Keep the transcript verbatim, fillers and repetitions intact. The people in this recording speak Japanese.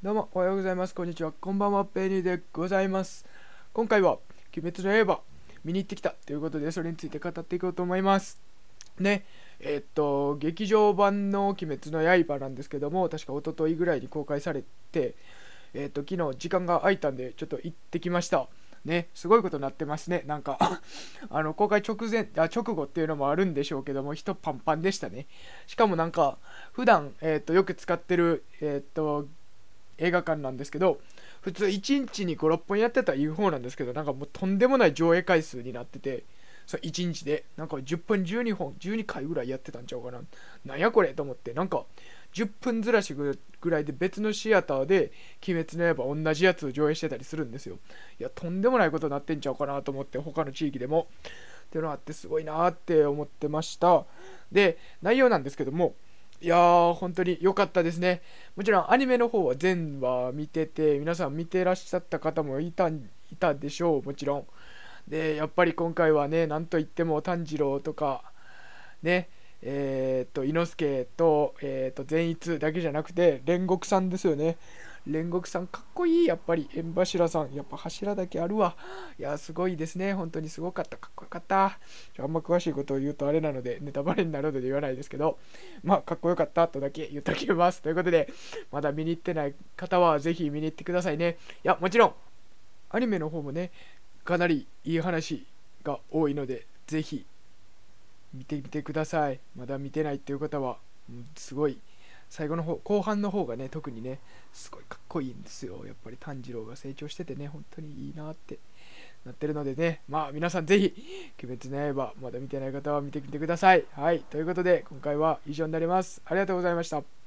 どうもおはようございます。こんにちは。こんばんは。ペニーでございます。今回は鬼滅の刃見に行ってきたということで、それについて語っていこうと思います。ね、えーっと、劇場版の鬼滅の刃なんですけども、確か一昨日ぐらいに公開されて、えーっと、昨日時間が空いたんで、ちょっと行ってきました。ね、すごいことになってますね。なんかあの、公開直前、あ、直後っていうのもあるんでしょうけども、人パンパンでしたね。しかもなんか、普段、えーっと、よく使ってる、えーっと、映画館なんですけど、普通いちにちにご、ろっぽんやってたらいう方なんですけど、なんかもうとんでもない上映回数になってて、そういちにちでなんかじゅっぷんじゅうにほんじゅうにかいぐらいやってたんちゃうかな。なんやこれと思って、なんかじゅっぷんずらしぐらいで別のシアターで鬼滅の刃同じやつを上映してたりするんですよ。いや、とんでもないことになってんちゃうかなと思って、他の地域でもっていうのがあって、すごいなーって思ってました。で、内容なんですけども、いやー、本当に良かったですね。もちろんアニメの方は全話見てて、皆さん見てらっしゃった方もいたんいたでしょう、もちろん。で、やっぱり今回はね、なんといっても炭治郎とか、ね、えー、っと、伊之助と、えー、っと、善逸だけじゃなくて、煉獄さんですよね。煉獄さん、かっこいい、やっぱり、縁柱さん、やっぱ柱だけあるわ。いや、すごいですね、本当にすごかった、かっこよかった。あんま詳しいことを言うとあれなので、ネタバレになるので言わないですけど、まあ、かっこよかったとだけ言っておきます。ということで、まだ見に行ってない方は、ぜひ見に行ってくださいね。いや、もちろん、アニメの方もね、かなりいい話が多いので、ぜひ見てみてください。まだ見てないっていう方は、うん、すごい、最後の方、後半の方がね、特にね、すごいかっこいいんですよ。やっぱり炭治郎が成長しててね、本当にいいなってなってるのでね、まあ皆さんぜひ、鬼滅の刃、まだ見てない方は見てみてください。はい、ということで、今回は以上になります。ありがとうございました。